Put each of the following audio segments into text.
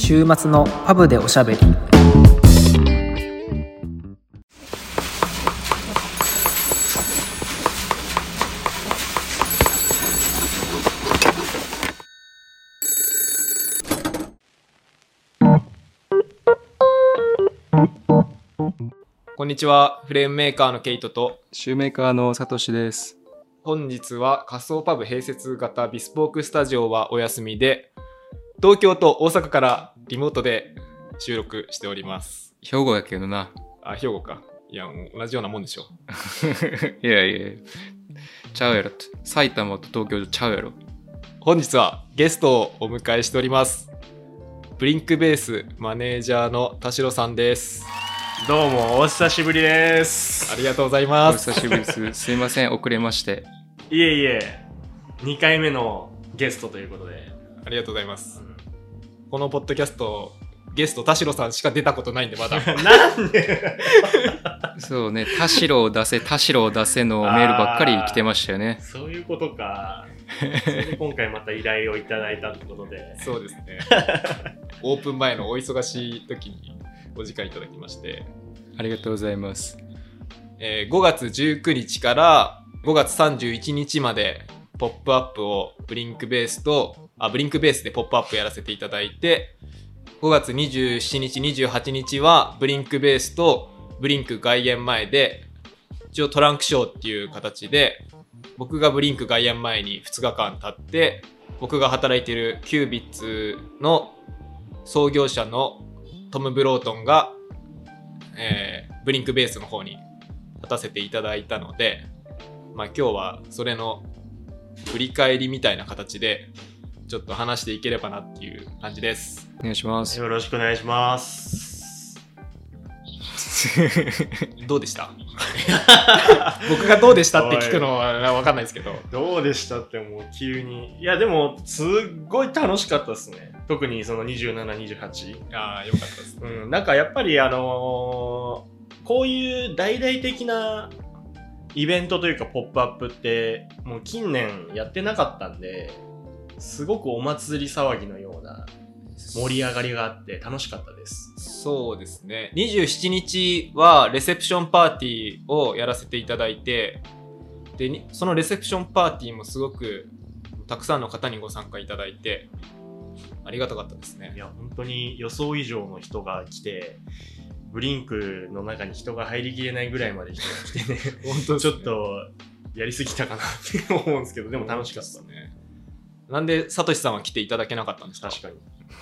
週末のパブでおしゃべり。 こんにちは。フレームメーカーのケイトとシューメーカーのサトシです。 本日は仮想パブ併設型ビスポークスタジオはお休みで、東京と大阪からリモートで収録しております。 兵庫やけどな。 あ、兵庫か。いや、もう同じようなもんでしょ。 いやいやちゃうやろ。埼玉と東京とちゃうやろ。 本日はゲストをお迎えしております。ブリンクベースマネージャーの田代さんです。 どうもお久しぶりです。 ありがとうございます。 お久しぶりです。すいません、遅れまして。 いえいえ、2回目のゲストということでありがとうございます。このポッドキャストゲスト田代さんしか出たことないんでまだなんでそうね、田代を出せ田代を出せのメールばっかり来てましたよね。 そういうことか。それで今回また依頼をいただいたってことでそうですねオープン前のお忙しい時にお時間いただきましてありがとうございます。 5月19日から5月31日までポップアップをブリンクベースでポップアップやらせていただいて、5月27日28日はブリンクベースとブリンク外苑前で一応トランクショーっていう形で、僕がブリンク外苑前に2日間経って、僕が働いているキュービッツの創業者のトム・ブロートンが、ブリンクベースの方に立たせていただいたので、まあ、今日はそれの振り返りみたいな形でちょっと話していければなっていう感じです。 お願いします。 よろしくお願いします。 どうでした僕がどうでしたって聞くのは分かんないですけど。 どうでしたってもう急に。いやでもすっごい楽しかったですね。特にその27、28。 ああ、よかったですね。 なんかやっぱりこういう大々的なイベントというかポップアップってもう近年やってなかったんで、すごくお祭り騒ぎのような盛り上がりがあって楽しかったです。 そうですね。27日はレセプションパーティーをやらせていただいて、でそのレセプションパーティーもすごくたくさんの方にご参加いただいてありがたかったですね。 いや本当に予想以上の人が来て、ブリンクの中に人が入りきれないぐらいまで人が来てね本当ですね。 ちょっとやりすぎたかなって思うんですけど、でも楽しかったね。なんでサトシさんは来ていただけなかったんですか？ 確かに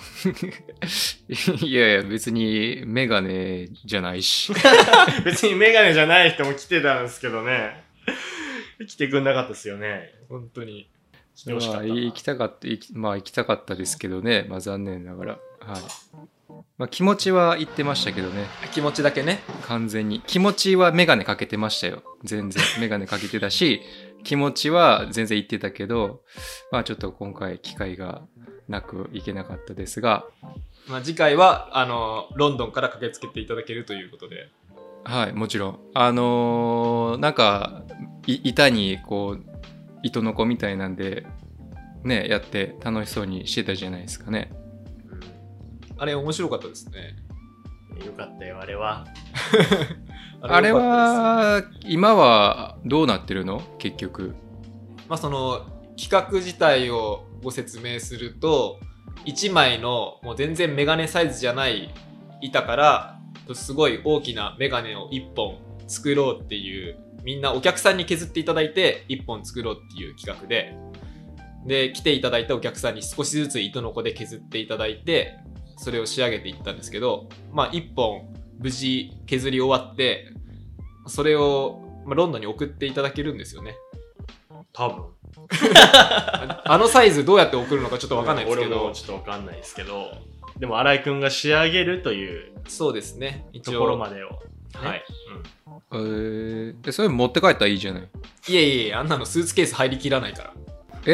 いやいや、別にメガネじゃないし別にメガネじゃない人も来てたんですけどね来てくんなかったですよね。 本当に来てほしかったな。 行きたかったですけどね、残念ながら。はい。気持ちは言ってましたけどね。 気持ちだけね。 完全に気持ちはメガネかけてましたよ。全然メガネかけてたし気持ちは全然言ってたけど、ちょっと今回機会がなく行けなかったですが、 次回はロンドンから駆けつけていただけるということで。 はい、もちろんなんか板にこう糸の子みたいなんでね、やって楽しそうにしてたじゃないですかね。 あれ面白かったですね。 よかったよあれはあれは今はどうなってるの結局。 その企画自体をご説明すると、1枚のもう全然メガネサイズじゃない板からすごい大きなメガネを1本作ろうっていう、みんなお客さんに削っていただいて1本作ろうっていう企画で来ていただいたお客さんに少しずつ糸の子で削っていただいて、それを仕上げていったんですけど、1本無事削り終わって、それをロンドンに送っていただけるんですよね。 多分あのサイズどうやって送るのかちょっと分かんないですけど。 俺もちょっと分かんないですけど、でも新井くんが仕上げるというそうですね、一応ところまでを、ね、 はい、 それ持って帰ったらいいじゃない。 いえあんなのスーツケース入りきらないから。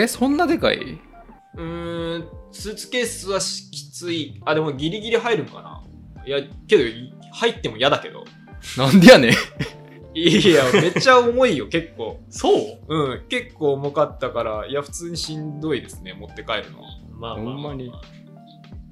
そんなでかい？ スーツケースはきつい。でもギリギリ入るんかな。いやけど入っても嫌だけど。 なんでやねんいやめっちゃ重いよ結構。 そう結構重かったから、いや普通にしんどいですね、持って帰るのは。 ほんまに。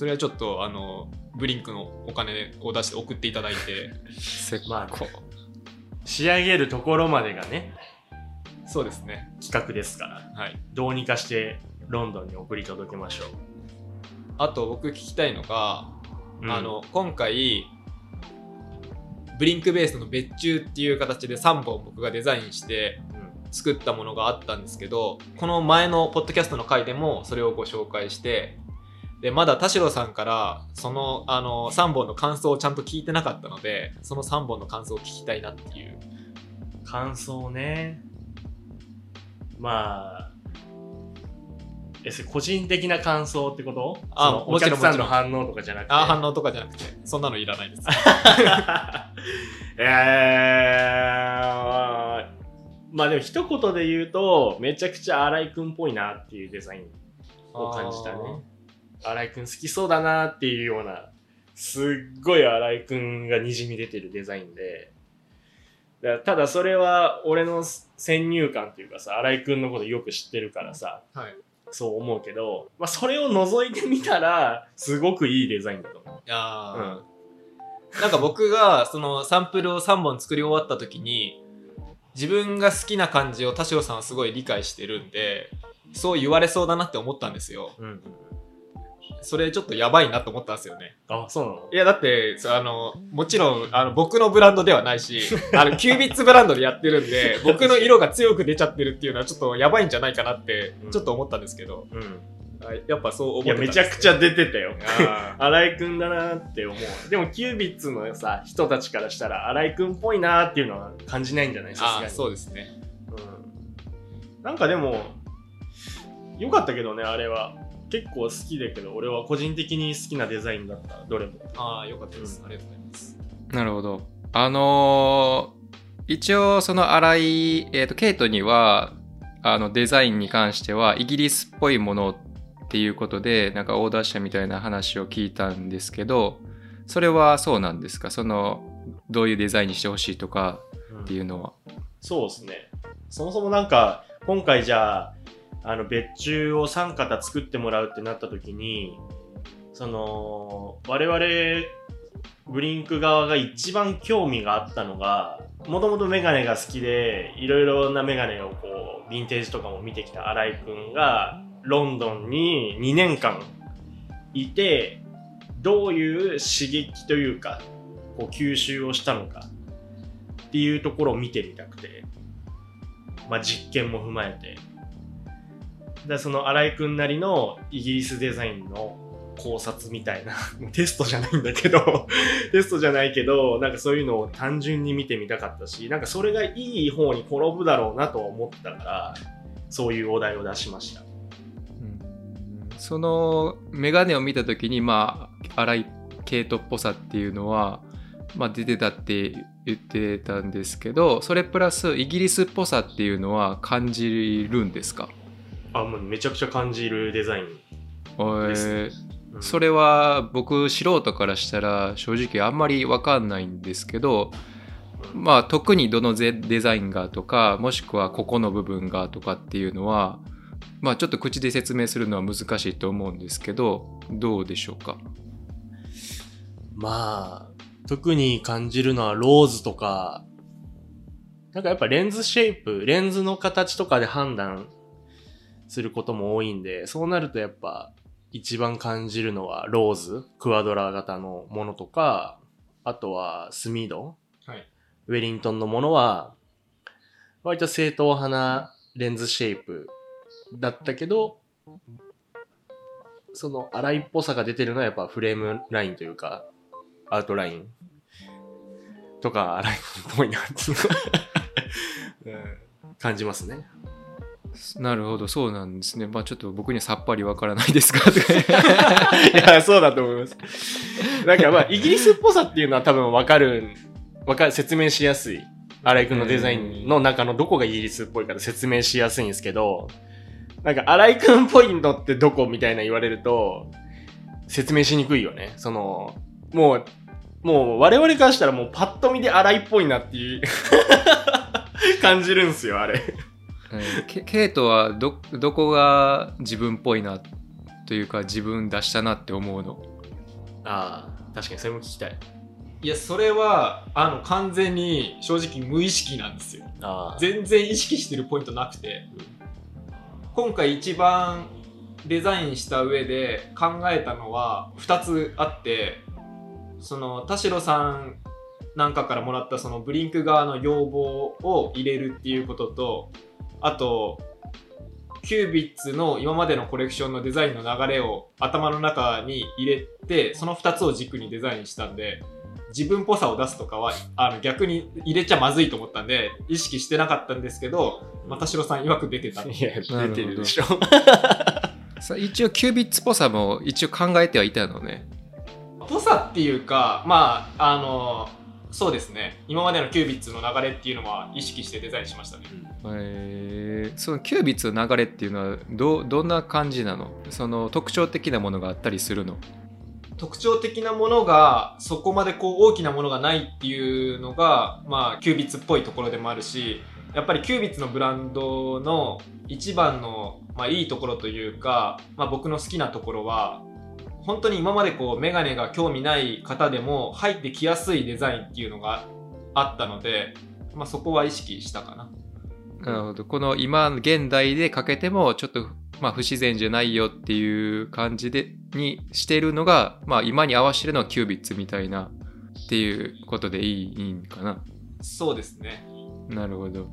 それはちょっとブリンクのお金を出して送っていただいてせっまあこ仕上げるところまでがね、 そうですね。 企画ですから、 はい。 どうにかしてロンドンに送り届けましょう。 あと僕聞きたいのが、 うん今回ブリンクベースの別注っていう形で3本僕がデザインして作ったものがあったんですけど、この前のポッドキャストの回でもそれをご紹介して、でまだ田代さんからその3本の感想をちゃんと聞いてなかったので、その3本の感想を聞きたいなっていう。 感想ね。まあそれ個人的な感想ってこと？そのおもちろん客さんの反応とかじゃなくて。 反応とかじゃなくて、そんなのいらないです。 まあでも一言で言うと、めちゃくちゃ新井くんっぽいなっていうデザインを感じたね。新井くん好きそうだなっていうような、すっごい新井くんがにじみ出てるデザインで、ただそれは俺の先入観っていうかさ、新井くんのことよく知ってるからさ、 はい。 そう思うけど、まあ、それを覗いてみたらすごくいいデザインだと思う。 なんか僕がそのサンプルを3本作り終わった時に、自分が好きな感じを田代さんはすごい理解してるんで、そう言われそうだなって思ったんですよ。それちょっとやばいなと思ったんですよね。 あ、そうなの？ いやだってもちろん僕のブランドではないし、キュービッツブランドでやってるんで僕の色が強く出ちゃってるっていうのはちょっとやばいんじゃないかなってちょっと思ったんですけど、やっぱそう思ってたんですね。 いやめちゃくちゃ出てたよ。新井くんだなって思う。でもキュービッツのさ人たちからしたら新井くんっぽいなっていうのは感じないんじゃない？さすがに。 そうですね。 なんかでも良かったけどね、あれは。結構好きだけど、俺は個人的に好きなデザインだった、どれも。 よかったです。ありがとうございます。 なるほど。一応その新井、ケイトにはデザインに関してはイギリスっぽいものっていうことでなんかオーダーしたみたいな話を聞いたんですけど、それはそうなんですか？どういうデザインにしてほしいとかっていうのは。 そうですね。そもそもなんか今回じゃあ別注を3型作ってもらうってなった時に、我々ブリンク側が一番興味があったのが、もともとメガネが好きでいろいろなメガネをこうヴィンテージとかも見てきた新井くんがロンドンに2年間いて、どういう刺激というかこう吸収をしたのかっていうところを見てみたくて、まあ実験も踏まえて、その新井くんなりのイギリスデザインの考察みたいなテストじゃないんだけどテストじゃないけど、なんかそういうのを単純に見てみたかったし、なんかそれがいい方に転ぶだろうなと思ったから、そういうお題を出しました。 そのメガネを見た時に新井ケイトっぽさっていうのは出てたって言ってたんですけど、それプラスイギリスっぽさっていうのは感じるんですか？ もうめちゃくちゃ感じるデザインですね。 それは僕素人からしたら正直あんまり分かんないんですけど、特にどのデザインがとか、もしくはここの部分がとかっていうのはちょっと口で説明するのは難しいと思うんですけど、どうでしょうか？ 特に感じるのはローズとか、なんかやっぱレンズシェイプ、レンズの形とかで判断することも多いんで、そうなるとやっぱ一番感じるのはローズ、クワドラ型のものとか、あとはスミード、ウェリントンのものは割と正統派なレンズシェイプだったけど、その粗いっぽさが出てるのはやっぱフレームラインというかアウトラインとか粗いっぽいなって感じますね。 なるほど、そうなんですね。ちょっと僕にはさっぱりわからないですがいや、そうだと思います。なんかイギリスっぽさっていうのは多分わかる、説明しやすい。新井くんのデザインの中のどこがイギリスっぽいか説明しやすいんですけど、なんか新井くんっぽいのってどこみたいな言われると説明しにくいよね。もう我々からしたらもうパッと見で新井っぽいなっていう感じるんすよ、あれ。 ケイトはどこが自分っぽいなというか自分出したなって思うの？ 確かにそれも聞きたい。 いや、それは完全に正直無意識なんですよ。全然意識してるポイントなくて、今回一番デザインした上で考えたのは2つあって、その田代さんなんかからもらったそのブリンク側の要望を入れるっていうことと、あとキュービッツの今までのコレクションのデザインの流れを頭の中に入れて、その2つを軸にデザインしたんで、自分っぽさを出すとかは逆に入れちゃまずいと思ったんで意識してなかったんですけど、田代さん曰く出てた。 いや出てるでしょさ一応キュービッツっぽさも一応考えてはいたのね。 ぽさっていうか、まあそうですね、今までのキュービッツの流れっていうのは意識してデザインしましたね。 そのキュービッツの流れっていうのはどんな感じなの？その特徴的なものがあったりするの？ 特徴的なものがそこまでこう大きなものがないっていうのが、まあキュービッツっぽいところでもあるし、やっぱりキュービッツのブランドの一番の、いいところというか、僕の好きなところは、本当に今までこうメガネが興味ない方でも入ってきやすいデザインっていうのがあったので、そこは意識したかな。 なるほど。この今現代でかけてもちょっと不自然じゃないよっていう感じでにしているのが、今に合わせてるのはキュービッツみたいなっていうことでいいんかな。 そうですね。 なるほど。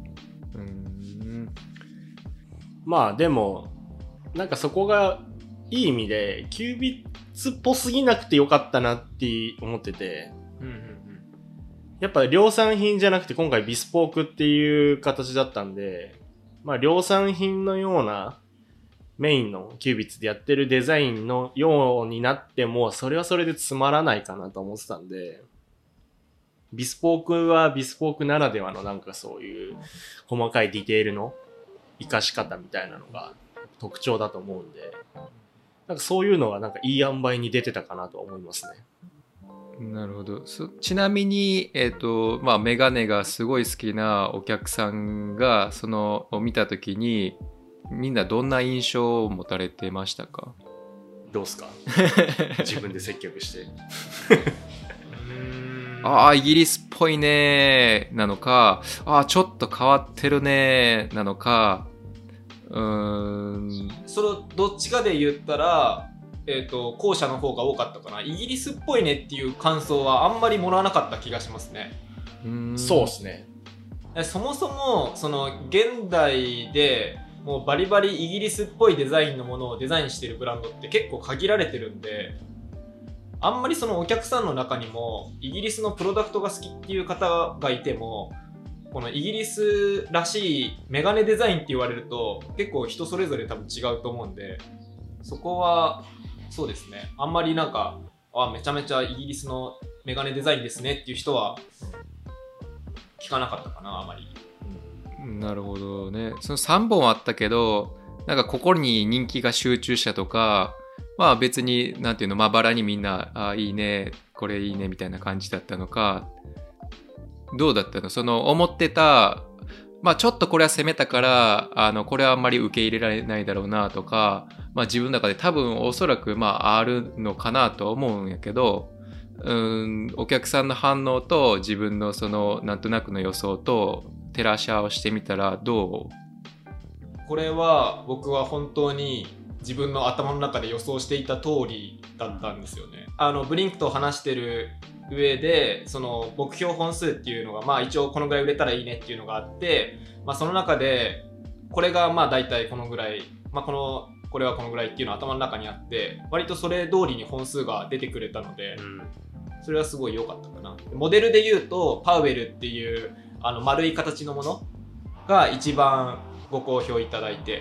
でもなんかそこがいい意味でキュービッツっぽすぎなくてよかったなって思ってて、やっぱ量産品じゃなくて今回ビスポークっていう形だったんで、量産品のようなメインのキュービッツでやってるデザインのようになってもそれはそれでつまらないかなと思ってたんで、ビスポークはビスポークならではのなんかそういう細かいディテールの活かし方みたいなのが特徴だと思うんで、なんかそういうのはなんかいい塩梅に出てたかなと思いますね。 なるほど。ちなみに、メガネがすごい好きなお客さんがそのを見たときにみんなどんな印象を持たれてましたか？ どうすか自分で接客してイギリスっぽいねなのか、ちょっと変わってるねなのか、 そのどっちかで言ったら、後者の方が多かったかな。イギリスっぽいねっていう感想はあんまりもらわなかった気がしますね。 そうですね。 そもそもその現代でもうバリバリイギリスっぽいデザインのものをデザインしているブランドって結構限られてるんで、あんまりそのお客さんの中にもイギリスのプロダクトが好きっていう方がいても、このイギリスらしいメガネデザインって言われると結構人それぞれ多分違うと思うんで、そこはそうですね、あんまりなんかめちゃめちゃイギリスのメガネデザインですねっていう人は聞かなかったかな、あまり。 なるほどね。その3本あったけど、なんかここに人気が集中したとか、別になんていうの、まばらにみんないいね、これいいねみたいな感じだったのか、どうだったの？その思ってた、ちょっとこれは攻めたからこれはあんまり受け入れられないだろうなとか、自分の中で多分おそらくあるのかなとは思うんやけど、お客さんの反応と自分のそのなんとなくの予想と照らし合わせてみたらどう？ これは僕は本当に自分の頭の中で予想していた通りだったんですよね。ブリンクと話してる上でその目標本数っていうのが一応このぐらい売れたらいいねっていうのがあって、その中でこれが大体このぐらい、これはこのぐらいっていうのは頭の中にあって、割とそれ通りに本数が出てくれたので、それはすごい良かったかな。モデルで言うとパウエルっていう丸い形のものが一番ご好評いただいて。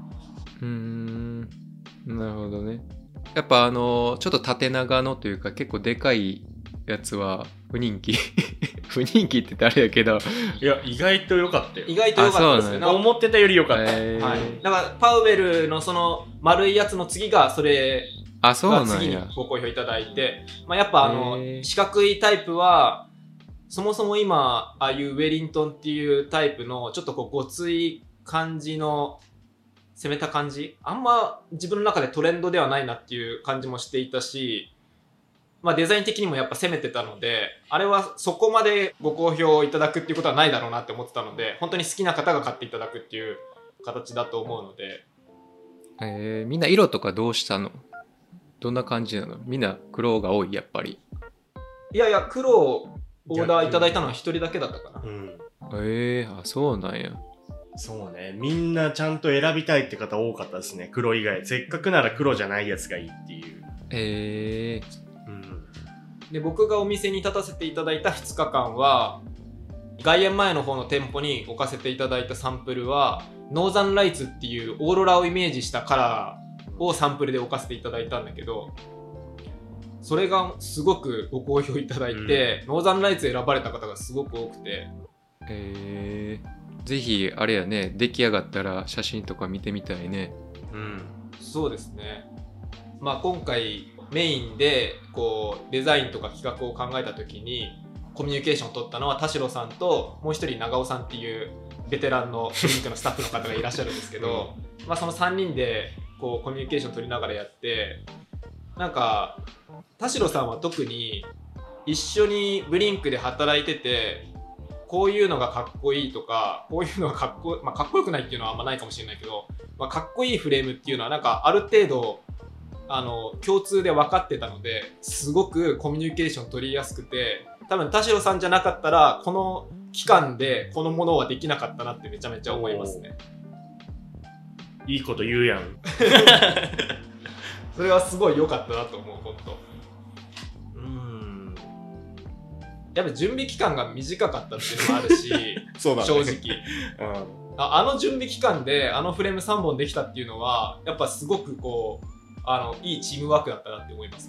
なるほどね。やっぱちょっと縦長のというか結構でかいやつは不人気不人気って誰やけど、 いや意外と良かったよ。 意外と良かったですね。 思ってたより良かった、 だからパウエルのその丸いやつの次がそれが次にご好評いただいて、やっぱ四角いタイプはそもそも今ああいうウェリントンっていうタイプのちょっとごつい感じの攻めた感じ、あんま自分の中でトレンドではないなっていう感じもしていたし、 まあデザイン的にもやっぱ攻めてたので、あれはそこまでご好評いただくっていうことはないだろうなって思ってたので、本当に好きな方が買っていただくっていう形だと思うので。 みんな色とかどうしたの？どんな感じなの？みんな黒が多い、やっぱり。 いやいや、黒をオーダーいただいたのは一人だけだったかな。 あ、そうなんや。 そうね。みんなちゃんと選びたいって方多かったですね。黒以外。せっかくなら黒じゃないやつがいいっていう。 で、僕がお店に立たせていただいた2日間は、外苑前の方の店舗に置かせていただいたサンプルは、ノーザンライツっていうオーロラをイメージしたカラーをサンプルで置かせていただいたんだけど、それがすごくご好評いただいて、ノーザンライツ選ばれた方がすごく多くて。 ぜひあれやね、出来上がったら写真とか見てみたいね。 そうですね。まあ今回メインでこうデザインとか企画を考えた時にコミュニケーションを取ったのは田代さんともう一人長尾さんっていうベテランのクリニックのスタッフの方がいらっしゃるんですけど、まあその3人でこうコミュニケーションを取りながらやって、なんか田代さんは特に一緒にブリンクで働いてて、こういうのがかっこいいとか、こういうのがかっこよくないっていうのはあんまないかもしれないけど、まあ、かっこいいフレームっていうのはなんかある程度共通で分かってたので、すごくコミュニケーション取りやすくて、多分田代さんじゃなかったらこの期間でこのものはできなかったなってめちゃめちゃ思いますね。 いいこと言うやん。 それはすごい良かったなと思う。本当やっぱ準備期間が短かったっていうのもあるしそうだね、 正直、あの準備期間であのフレーム3本できたっていうのはやっぱすごくこういいチームワークだったなって思います。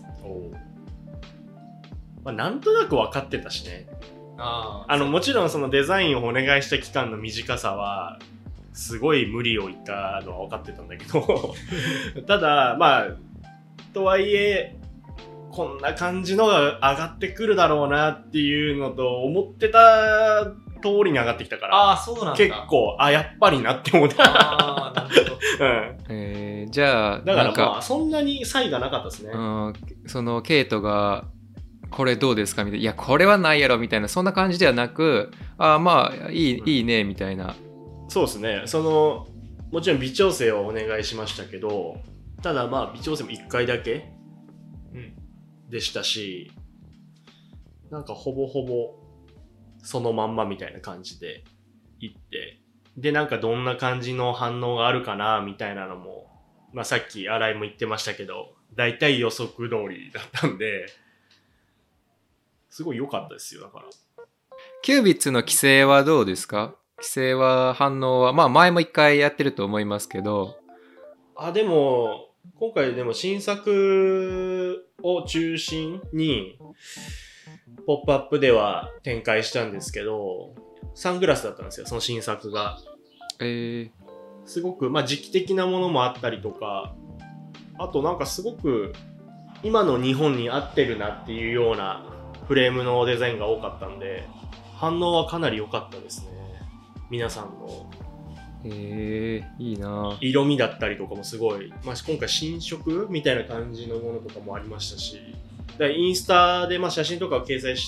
まあ、なんとなく分かってたしね。もちろんそのデザインをお願いした期間の短さはすごい無理を言ったのは分かってたんだけどただまあとはいえこんな感じのが上がってくるだろうなっていうのと思ってた通りに上がってきたから、 そうなんだ。 結構やっぱりなって思った。 なるほど。じゃあだからまあそんなに差異がなかったですね。 そのケイトがこれどうですかみたいな、いやこれはないやろみたいな、そんな感じではなく、まあいいねみたいな。 そうですね。もちろん微調整をお願いしましたけど、ただまあ微調整も1回だけでしたし、なんかほぼほぼそのまんまみたいな感じで行って、でなんかどんな感じの反応があるかなみたいなのも、まあさっき新井も言ってましたけど、だいたい予測通りだったんで、すごい良かったですよ。だからキュービッツの規制はどうですか？規制は反応はまあ前も1回やってると思いますけど。 でも今回でも新作を中心にポップアップでは展開したんですけど、サングラスだったんですよ、その新作が。すごくまあ時期的なものもあったりとか、あとなんかすごく今の日本に合ってるなっていうようなフレームのデザインが多かったんで、反応はかなり良かったですね。皆さんのいいな。 色味だったりとかもすごい、まあ、今回新色みたいな感じのものとかもありましたし、だインスタでまあ写真とかを掲載して、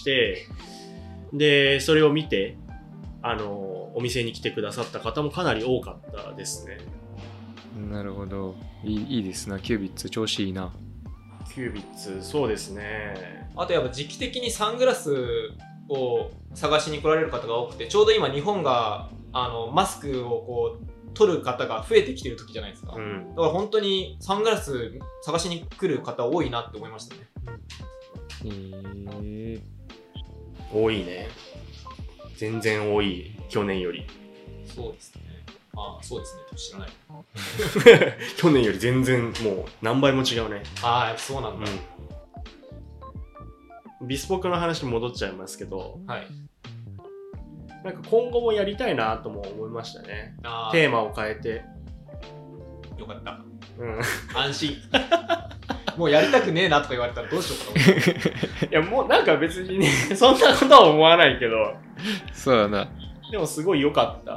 でそれを見てお店に来てくださった方もかなり多かったですね。 なるほど。いいですな。キュービッツ調子いいな。 キュービッツそうですね。 あとやっぱ時期的にサングラスを探しに来られる方が多くて、ちょうど今日本がマスクをこう取る方が増えてきてる時じゃないですか、だから本当にサングラス探しに来る方多いなって思いましたね。 多いね。全然多い、去年より。 そうですね。そうですね。知らない。 去年より全然もう何倍も違うね。 やっぱそうなんだ。 ビスポークの話に戻っちゃいますけど、 はい。 なんか今後もやりたいなとも思いましたね。テーマを変えて。 よかった。安心。もうやりたくねえなとか言われたらどうしようかと思って。 いやもうなんか別にね、そんなことは思わないけど。 そうだな。 でもすごい良かった。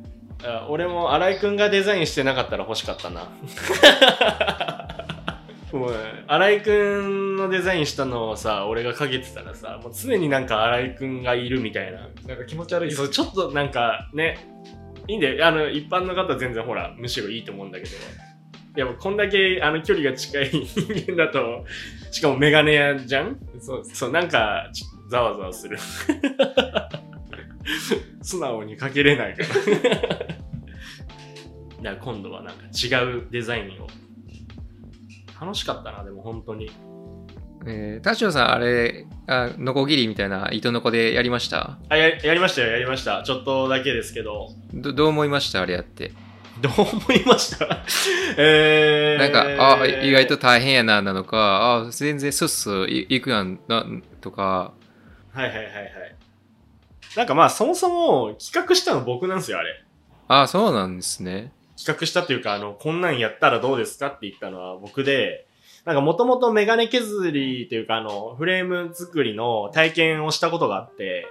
俺も新井くんがデザインしてなかったら欲しかったな。 もう新井くんのデザインしたのをさ俺がかけてたらさもう常になんか新井くんがいるみたいななんか気持ち悪いですそうちょっとなんかねいいんだよ一般の方は全然ほらむしろいいと思うんだけどいやこんだけ距離が近い人間だとしかもメガネ屋じゃんそうです。 そうなんかざわざわする素直にかけれないからだから今度はなんか違うデザインを楽しかったなでも本当に田代さんあれノコギリみたいな糸のこでやりました？ やりましたよやりましたちょっとだけですけどどう思いましたあれやって？ どう思いましたなんか意外と大変やなのか全然スッスいくやんなとかはいなんかまあそもそも企画したの僕なんですよあれそうなんですね。 企画したというかこんなんやったらどうですかって言ったのは僕でなんかもともとメガネ削りというかフレーム作りの体験をしたことがあって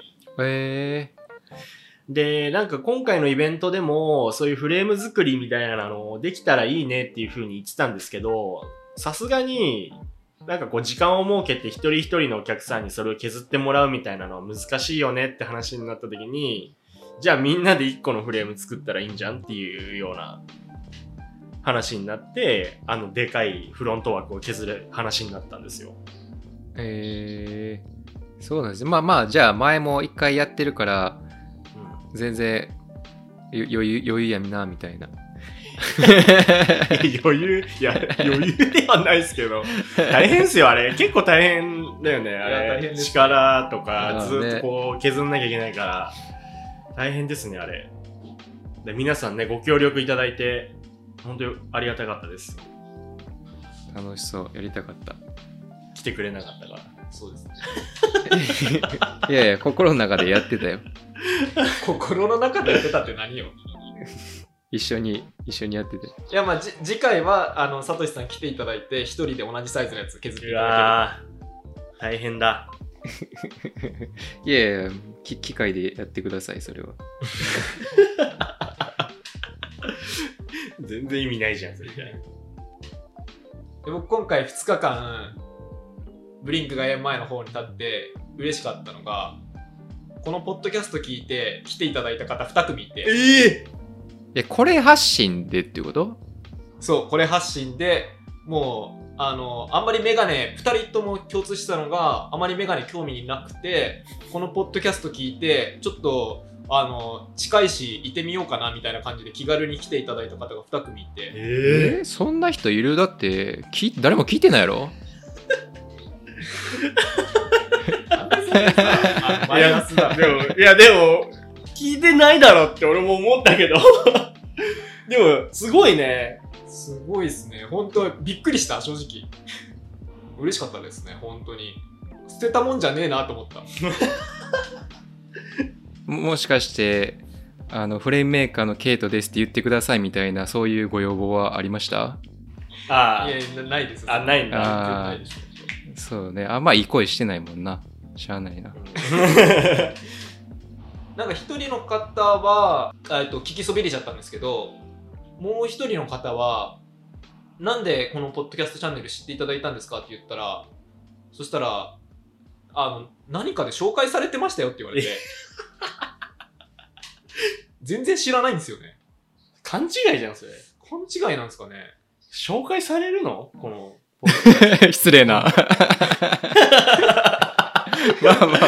でなんか今回のイベントでもそういうフレーム作りみたいなのできたらいいねっていう風に言ってたんですけどさすがになんかこう時間を設けて一人一人のお客さんにそれを削ってもらうみたいなのは難しいよねって話になった時にじゃあみんなで1個のフレーム作ったらいいんじゃんっていうような話になってでかいフロント枠を削る話になったんですよ。 そうなんです。まあじゃあ前も一回やってるから、全然余裕やみなみたいな。 余裕ではないですけど大変ですよあれ結構大変だよねあれ大変です、 力とかずっとこう削んなきゃいけないから大変ですねあれで皆さんねご協力いただいて本当にありがたかったです。 楽しそうやりたかった。 来てくれなかったからそうですねいや心の中でやってたよ心の中でやってたって何よ一緒にやってて。 いやまあ次回はサトシさん来ていただいて一人で同じサイズのやつ削っていただ大変だいや機械でやってくださいそれは全然意味ないじゃんそれじゃ。 で僕今回2日間ブリンク外苑前の方に立って嬉しかったのがこのポッドキャスト聞いて来ていただいた方2組いてこれ発信でっていうこと？ そうこれ発信でもうあんまりメガネ2人とも共通してたのがあまりメガネ興味なくてこのポッドキャスト聞いてちょっと近いしいてみようかなみたいな感じで気軽に来ていただいた方が2組いてそんな人いる？だって誰も聞いてないやろマイナスだでも聞いてないだろって俺も思ったけどでもすごいねすごいですね本当びっくりした正直嬉しかったですね本当に捨てたもんじゃねえなと思ったもしかしてフレームメーカーのケイトですって言ってくださいみたいなそういうご要望はありました？ いやないですないんだないでしょそうねあんまいい声してないもんなしゃあないななんか一人の方は聞きそびれちゃったんですけどもう一人の方はなんでこのポッドキャストチャンネル知っていただいたんですかって言ったらそしたら何かで紹介されてましたよって言われて全然知らないんですよね。 勘違いじゃんそれ。 勘違いなんですかね。 紹介されるのこの失礼なまあまあ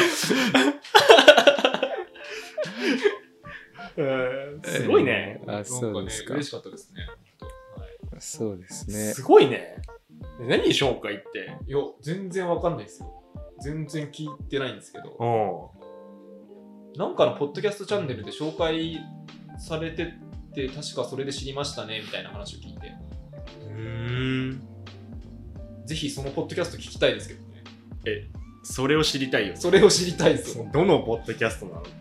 すごいね。 そうですか。 嬉しかったですね。 はい、そうですね。 すごいね。何紹介って。 いや、全然わかんないですよ。全然聞いてないんですけど。なんかのポッドキャストチャンネルで紹介されてて、確かそれで知りましたねみたいな話を聞いて。ぜひそのポッドキャスト聞きたいですけどね。 それを知りたいよ、ね。 それを知りたいですよ。 どのポッドキャストなのっていう。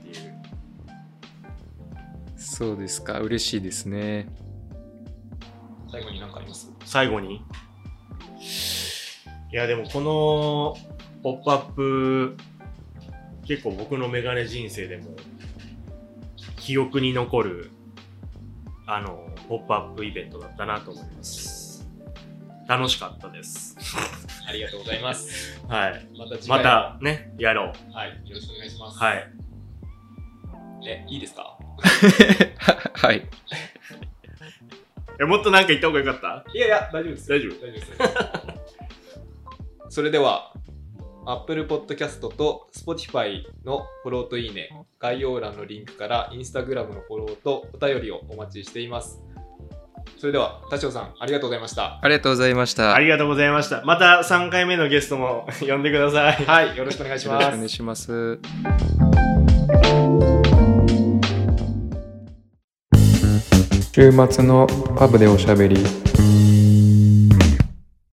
そうですか、嬉しいですね。 最後に何かあります？ 最後に？いやでもこのポップアップ結構僕のメガネ人生でも記憶に残るポップアップイベントだったなと思います。 楽しかったです。 ありがとうございます。 はい。 また次回またね、やろう。 はい。よろしくお願いします。 はい。 いいですか？ はい。 もっとなんか言った方がよかった？ いやいや、大丈夫です。 大丈夫です。それでは、Apple Podcast と Spotify のフォローといいね、概要欄のリンクから Instagram のフォローとお便りをお待ちしています。それでは、田代さん、ありがとうございました。 ありがとうございました。 ありがとうございました。また3回目のゲストも呼んでください。 はい、よろしくお願いします。 よろしくお願いします。週末のパブでおしゃべり。